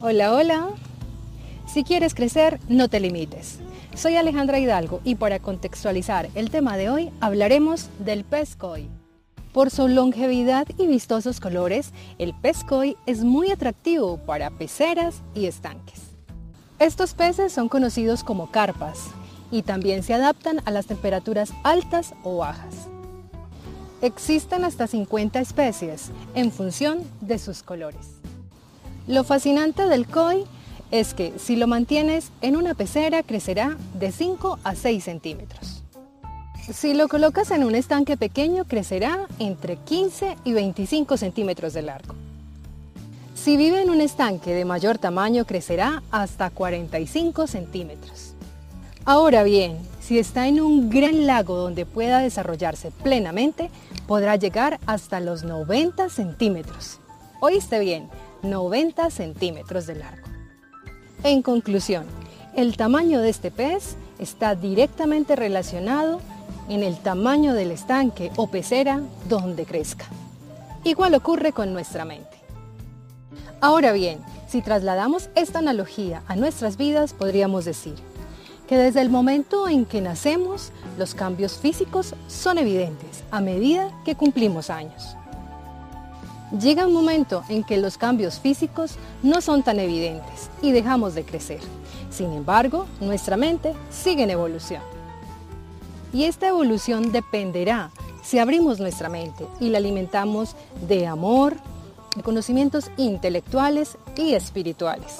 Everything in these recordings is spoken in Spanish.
Hola, hola. Si quieres crecer, no te limites. Soy Alejandra Hidalgo y para contextualizar el tema de hoy hablaremos del pez koi. Por su longevidad y vistosos colores, el pez koi es muy atractivo para peceras y estanques. Estos peces son conocidos como carpas y también se adaptan a las temperaturas altas o bajas. Existen hasta 50 especies en función de sus colores. Lo fascinante del koi es que si lo mantienes en una pecera crecerá de 5 a 6 centímetros. Si lo colocas en un estanque pequeño crecerá entre 15 y 25 centímetros de largo. Si vive en un estanque de mayor tamaño crecerá hasta 45 centímetros. Ahora bien, si está en un gran lago donde pueda desarrollarse plenamente, podrá llegar hasta los 90 centímetros. ¿Oíste bien? 90 centímetros de largo. En conclusión, el tamaño de este pez está directamente relacionado en el tamaño del estanque o pecera donde crezca. Igual ocurre con nuestra mente. Ahora bien, si trasladamos esta analogía a nuestras vidas, podríamos decir que desde el momento en que nacemos, los cambios físicos son evidentes a medida que cumplimos años. Llega un momento en que los cambios físicos no son tan evidentes y dejamos de crecer. Sin embargo, nuestra mente sigue en evolución. Y esta evolución dependerá si abrimos nuestra mente y la alimentamos de amor, de conocimientos intelectuales y espirituales.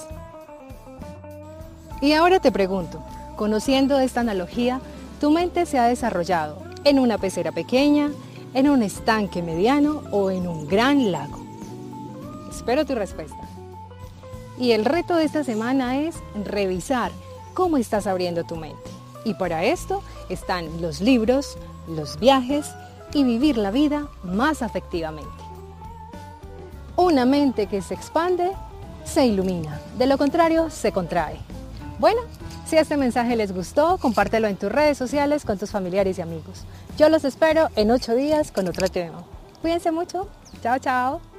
Y ahora te pregunto, conociendo esta analogía, ¿tu mente se ha desarrollado en una pecera pequeña, en un estanque mediano o en un gran lago? Espero tu respuesta. Y el reto de esta semana es revisar cómo estás abriendo tu mente. Y para esto están los libros, los viajes y vivir la vida más afectivamente. Una mente que se expande, se ilumina. De lo contrario, se contrae. Bueno, si este mensaje les gustó, compártelo en tus redes sociales con tus familiares y amigos. Yo los espero en 8 días con otro tema. Cuídense mucho. Chao, chao.